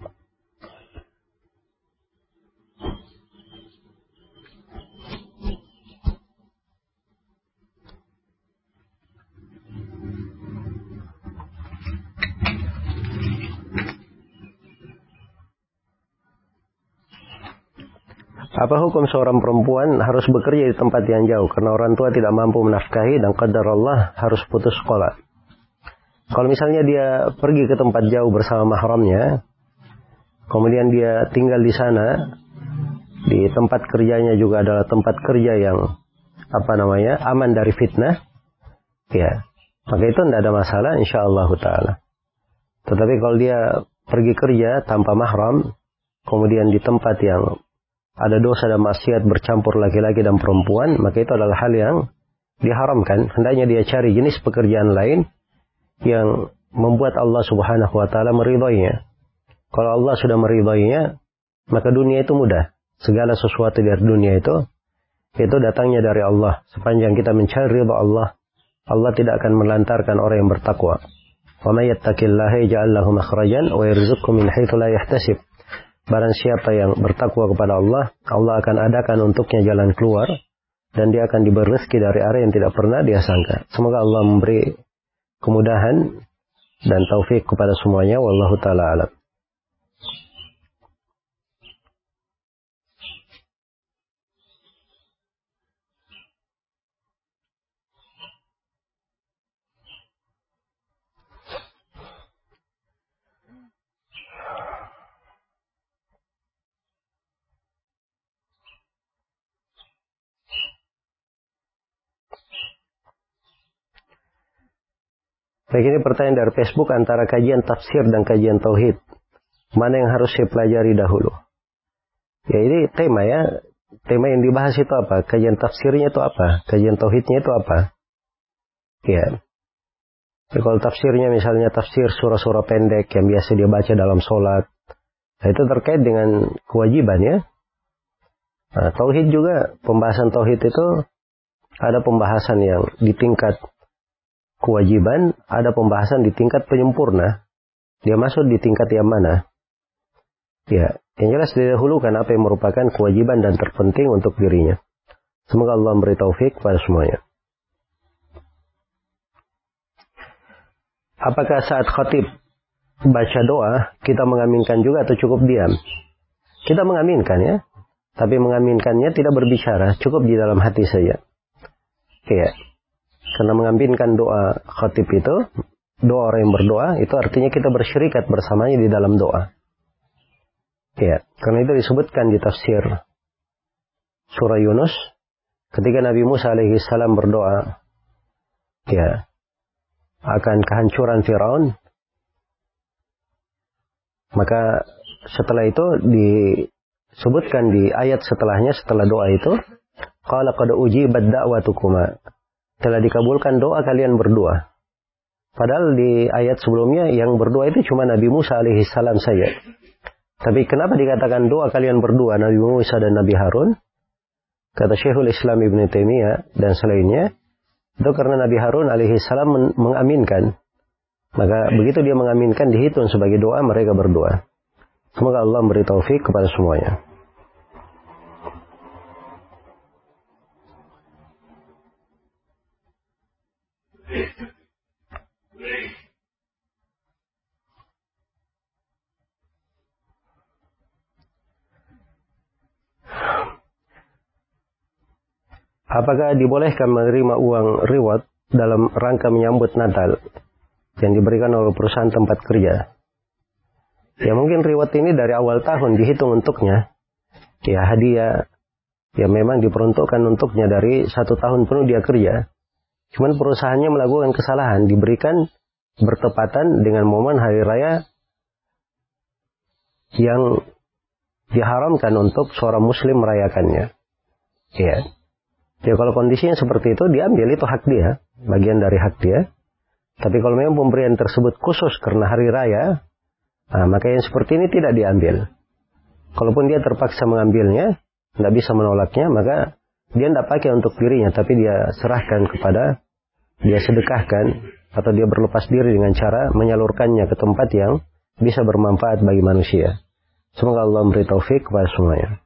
[SPEAKER 1] Apa hukum seorang perempuan harus bekerja di tempat yang jauh karena orang tua tidak mampu menafkahi dan qadar Allah harus putus sekolah? Kalau misalnya dia pergi ke tempat jauh bersama mahramnya, kemudian dia tinggal di sana, di tempat kerjanya juga adalah tempat kerja yang apa namanya, aman dari fitnah, ya, maka itu tidak ada masalah insyaallah taala. Tetapi kalau dia pergi kerja tanpa mahram, kemudian di tempat yang ada dosa dan maksiat bercampur laki-laki dan perempuan, maka itu adalah hal yang diharamkan. Hendaknya dia cari jenis pekerjaan lain yang membuat Allah Subhanahu wa taala meridhoinya. Kalau Allah sudah meridhoinya, maka dunia itu mudah. Segala sesuatu dari dunia itu itu datangnya dari Allah. Sepanjang kita mencari ridha Allah, Allah tidak akan melantarkan orang yang bertakwa. Wa may yattaqillaha yaj'al lahu makhrajan wa yarzuqhu min haitsu la yahtasib. Barang siapa yang bertakwa kepada Allah, Allah akan adakan untuknya jalan keluar dan dia akan diberi rezeki dari arah yang tidak pernah dia sangka. Semoga Allah memberi kemudahan dan taufik kepada semuanya. Wallahu taala alam. Baik, ini pertanyaan dari Facebook, antara kajian tafsir dan kajian tauhid, mana yang harus saya pelajari dahulu? Ya, ini tema ya. Tema yang dibahas itu apa? Kajian tafsirnya itu apa? Kajian tauhidnya itu apa? Ya. Jadi kalau tafsirnya misalnya tafsir surah-surah pendek yang biasa dia baca dalam sholat, nah itu terkait dengan kewajiban ya. Nah, tauhid juga, pembahasan tauhid itu ada pembahasan yang di tingkat kewajiban, ada pembahasan di tingkat penyempurna. Dia masuk di tingkat yang mana? Ya, yang jelas didahulukan apa yang merupakan kewajiban dan terpenting untuk dirinya. Semoga Allah memberi taufik kepada semuanya. Apakah saat khatib baca doa, kita mengaminkan juga atau cukup diam? Kita mengaminkan ya, tapi mengaminkannya tidak berbicara, cukup di dalam hati saja. Ya. Karena mengaminkan doa khatib itu, doa orang yang berdoa, itu artinya kita bersyirikat bersamanya di dalam doa. Ya, karena itu disebutkan di tafsir surah Yunus, ketika Nabi Musa alaihi salam berdoa, ya, akan kehancuran Firaun, maka setelah itu disebutkan di ayat setelahnya, setelah doa itu, qala qad ujibat da'watukuma, telah dikabulkan doa kalian berdua. Padahal di ayat sebelumnya yang berdoa itu cuma Nabi Musa alaihi salam saja. Tapi kenapa dikatakan doa kalian berdua, Nabi Musa dan Nabi Harun? Kata Syekhul Islam Ibn Taimiyah dan selainnya, itu karena Nabi Harun alaihi salam mengaminkan. Maka begitu dia mengaminkan, dihitung sebagai doa mereka berdoa. Semoga Allah memberi taufik kepada semuanya. Apakah dibolehkan menerima uang reward dalam rangka menyambut Natal yang diberikan oleh perusahaan tempat kerja? Ya mungkin reward ini dari awal tahun dihitung untuknya. Ya hadiah yang memang diperuntukkan untuknya dari satu tahun penuh dia kerja. Cuman perusahaannya melakukan kesalahan, diberikan bertepatan dengan momen hari raya yang diharamkan untuk seorang muslim merayakannya. Ya. Ya kalau kondisinya seperti itu, diambil, itu hak dia, bagian dari hak dia. Tapi kalau memang pemberian tersebut khusus karena hari raya, nah, maka yang seperti ini tidak diambil. Kalaupun dia terpaksa mengambilnya, tidak bisa menolaknya, maka dia tidak pakai untuk dirinya, tapi dia serahkan kepada, dia sedekahkan, atau dia berlepas diri dengan cara menyalurkannya ke tempat yang bisa bermanfaat bagi manusia. Semoga Allah memberi taufik kepada semuanya.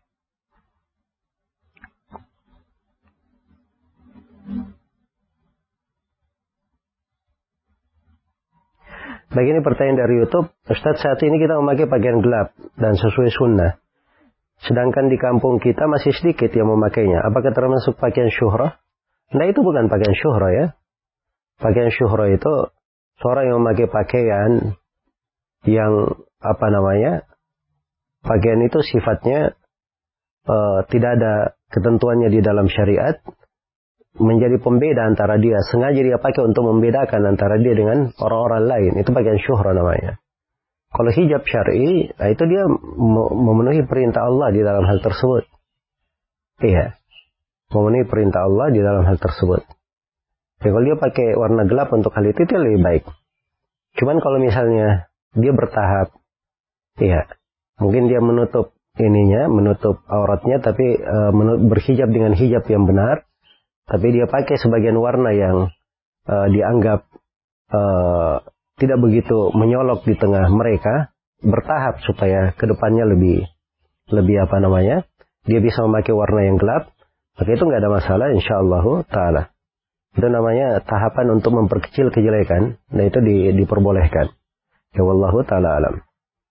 [SPEAKER 1] Baik, ini pertanyaan dari YouTube. Ustadz, saat ini kita memakai pakaian gelap dan sesuai sunnah. Sedangkan di kampung kita masih sedikit yang memakainya. Apakah termasuk pakaian syuhrah? Nah, itu bukan pakaian syuhrah ya. Pakaian syuhrah itu seorang yang memakai pakaian yang apa namanya? Pakaian itu sifatnya uh, tidak ada ketentuannya di dalam syariat. menjadi pembeda antara dia, sengaja dia pakai untuk membedakan antara dia dengan orang-orang lain, itu bagian syuhrah namanya. Kalau hijab syar'i, nah itu dia memenuhi perintah Allah di dalam hal tersebut. Iya, memenuhi perintah Allah di dalam hal tersebut. Ya, kalau dia pakai warna gelap untuk hal itu, itu lebih baik. Cuman kalau misalnya dia bertahap, iya, mungkin dia menutup ininya, menutup auratnya, tapi uh, berhijab dengan hijab yang benar, tapi dia pakai sebagian warna yang uh, dianggap uh, tidak begitu menyolok di tengah mereka, bertahap supaya kedepannya lebih lebih apa namanya, dia bisa memakai warna yang gelap, maka itu nggak ada masalah, insyaallah taala. Itu namanya tahapan untuk memperkecil kejelekan, nah itu di, diperbolehkan. Ya wallahu taala alam.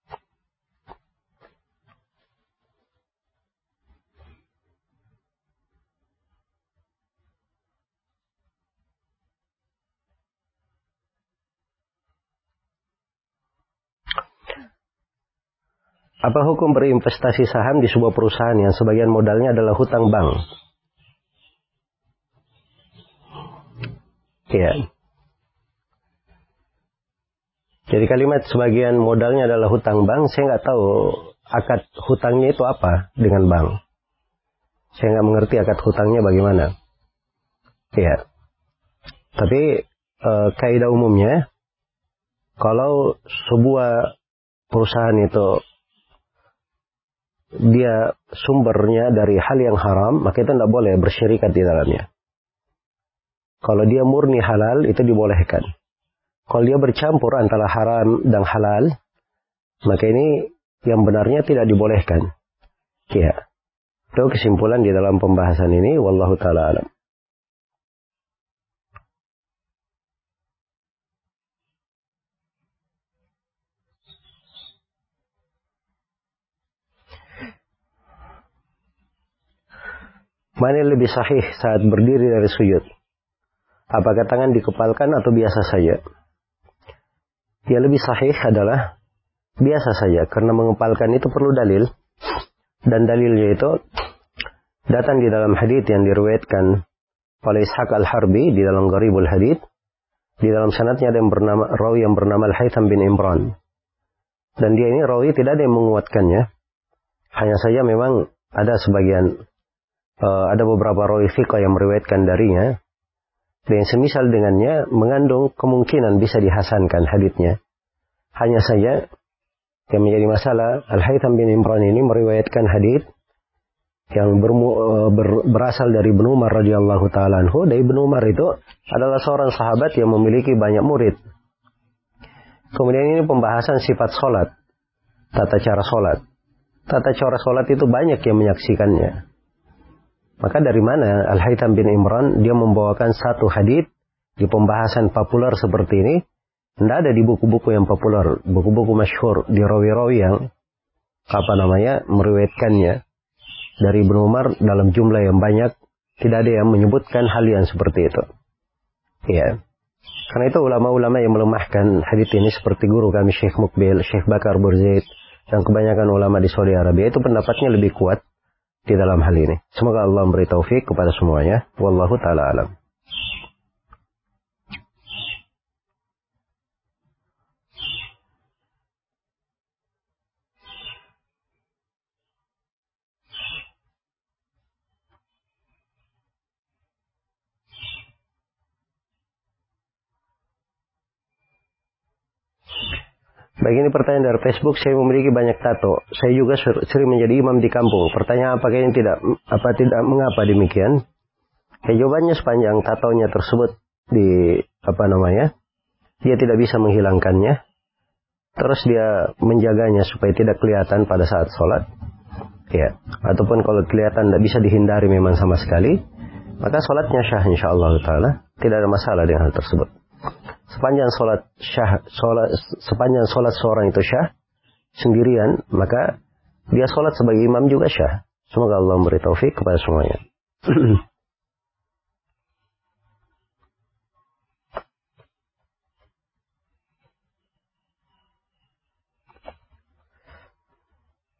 [SPEAKER 1] Apa hukum berinvestasi saham di sebuah perusahaan yang sebagian modalnya adalah hutang bank? Ya. Jadi kalimat sebagian modalnya adalah hutang bank, saya nggak tahu akad hutangnya itu apa dengan bank. Saya nggak mengerti akad hutangnya bagaimana. Ya. Tapi e, kaidah umumnya, kalau sebuah perusahaan itu dia sumbernya dari hal yang haram, maka itu tidak boleh bersyirikat di dalamnya. Kalau dia murni halal, itu dibolehkan. Kalau dia bercampur antara haram dan halal, maka ini yang benarnya tidak dibolehkan. Ya. Itu kesimpulan di dalam pembahasan ini, wallahu ta'ala alam. Mana yang lebih sahih saat berdiri dari sujud? Apakah tangan dikepalkan atau biasa saja? Yang lebih sahih adalah biasa saja, karena mengepalkan itu perlu dalil. Dan dalilnya itu datang di dalam hadits yang diriwayatkan oleh Ishaq Al-Harbi di dalam Gharibul Hadits. Di dalam sanadnya ada yang bernama rawi yang bernama Al-Haytham bin Imran. Dan dia ini rawi tidak ada yang menguatkannya. Hanya saja memang ada sebagian Uh, ada beberapa rawi thiqah yang meriwayatkan darinya, dan semisal dengannya mengandung kemungkinan bisa dihasankan haditsnya. Hanya saja yang menjadi masalah, Al-Haytham bin Imran ini meriwayatkan hadits yang bermu, uh, ber, berasal dari Ibnu Umar radhiyallahu taala anhu. Dan Ibnu Umar itu adalah seorang sahabat yang memiliki banyak murid. Kemudian ini pembahasan sifat sholat, tata cara sholat. Tata cara sholat itu banyak yang menyaksikannya. Maka dari mana Al-Haytham bin Imran dia membawakan satu hadits di pembahasan populer seperti ini? Tidak ada di buku-buku yang populer, buku-buku masyhur, di rawi-rawi yang apa namanya meriwayatkannya dari Ibnu Umar dalam jumlah yang banyak, tidak ada yang menyebutkan hal yang seperti itu. Ya. Karena itu ulama-ulama yang melemahkan hadits ini seperti guru kami Syekh Mukbil, Syekh Bakar Burzaid, dan kebanyakan ulama di Saudi Arabia itu pendapatnya lebih kuat di dalam hal ini. Semoga Allah memberi taufik kepada semuanya. Wallahu ta'ala alam. Bagi ini pertanyaan dari Facebook, saya memiliki banyak tato. Saya juga sering menjadi imam di kampung. Pertanyaan apakah ini tidak, apa tidak, mengapa demikian? Ya, jawabannya sepanjang tatonya tersebut di, apa namanya, dia tidak bisa menghilangkannya. Terus dia menjaganya supaya tidak kelihatan pada saat sholat. Ya, ataupun kalau kelihatan tidak bisa dihindari memang sama sekali, maka sholatnya syah insyaallah ta'ala. Tidak ada masalah dengan hal tersebut. Sepanjang sholat syah, sholat, sepanjang sholat seorang itu syah sendirian, maka dia sholat sebagai imam juga syah. Semoga Allah memberi taufik kepada semuanya.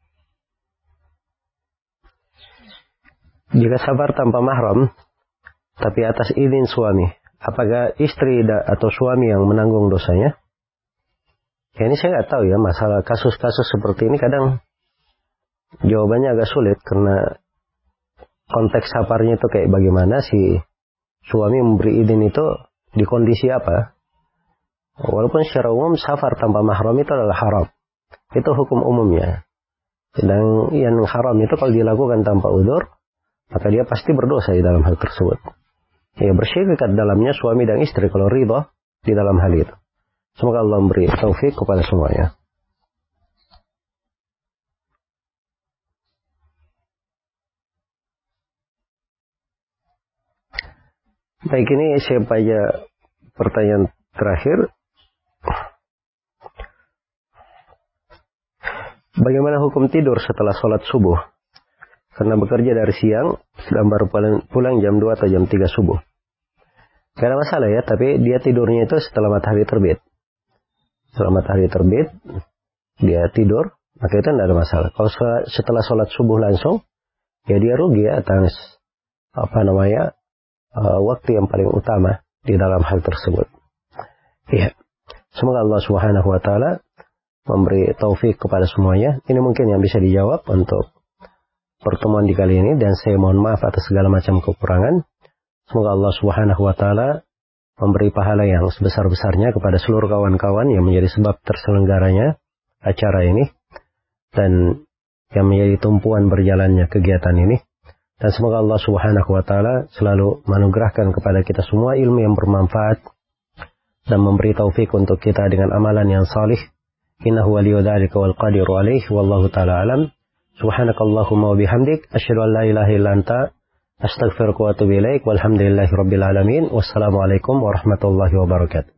[SPEAKER 1] Jika safar tanpa mahram, tapi atas izin suami, apakah istri atau suami yang menanggung dosanya? Ya ini saya nggak tahu ya, masalah kasus-kasus seperti ini kadang jawabannya agak sulit karena konteks safarnya itu kayak bagaimana, si suami memberi izin itu di kondisi apa. Walaupun secara umum safar tanpa mahram itu adalah haram. Itu hukum umumnya. Dan yang haram itu kalau dilakukan tanpa udzur, maka dia pasti berdosa di dalam hal tersebut. Ya bersyikat dalamnya suami dan istri kalau ridha di dalam hal itu. Semoga Allah memberi taufik kepada semuanya. Baik, ini saya baca pertanyaan terakhir. Bagaimana hukum tidur setelah sholat subuh? Karena bekerja dari siang dan baru pulang jam dua atau jam tiga subuh. Gak ada masalah ya, tapi dia tidurnya itu setelah matahari terbit. Setelah matahari terbit, dia tidur, maka itu tidak ada masalah. Kalau setelah sholat subuh langsung, ya dia rugi ya atas apa namanya uh, waktu yang paling utama di dalam hal tersebut. Ya, semoga Allah Subhanahu Wa Taala memberi taufik kepada semuanya. Ini mungkin yang bisa dijawab untuk pertemuan di kali ini, dan saya mohon maaf atas segala macam kekurangan. Semoga Allah Subhanahu Wa Taala memberi pahala yang sebesar-besarnya kepada seluruh kawan-kawan yang menjadi sebab terselenggaranya acara ini dan yang menjadi tumpuan berjalannya kegiatan ini. Dan semoga Allah Subhanahu Wa Taala selalu menganugerahkan kepada kita semua ilmu yang bermanfaat dan memberi taufik untuk kita dengan amalan yang salih. Innahu waliyyu dzalika wal qadiru alaihi wallahu taala alam. Subhanakallahumma wa bihamdik asyhadu an la ilaha illa anta astaghfiruka wa atubu ilaik. Walhamdulillahi rabbil alamin. Wassalamualaikum warahmatullahi wabarakatuh.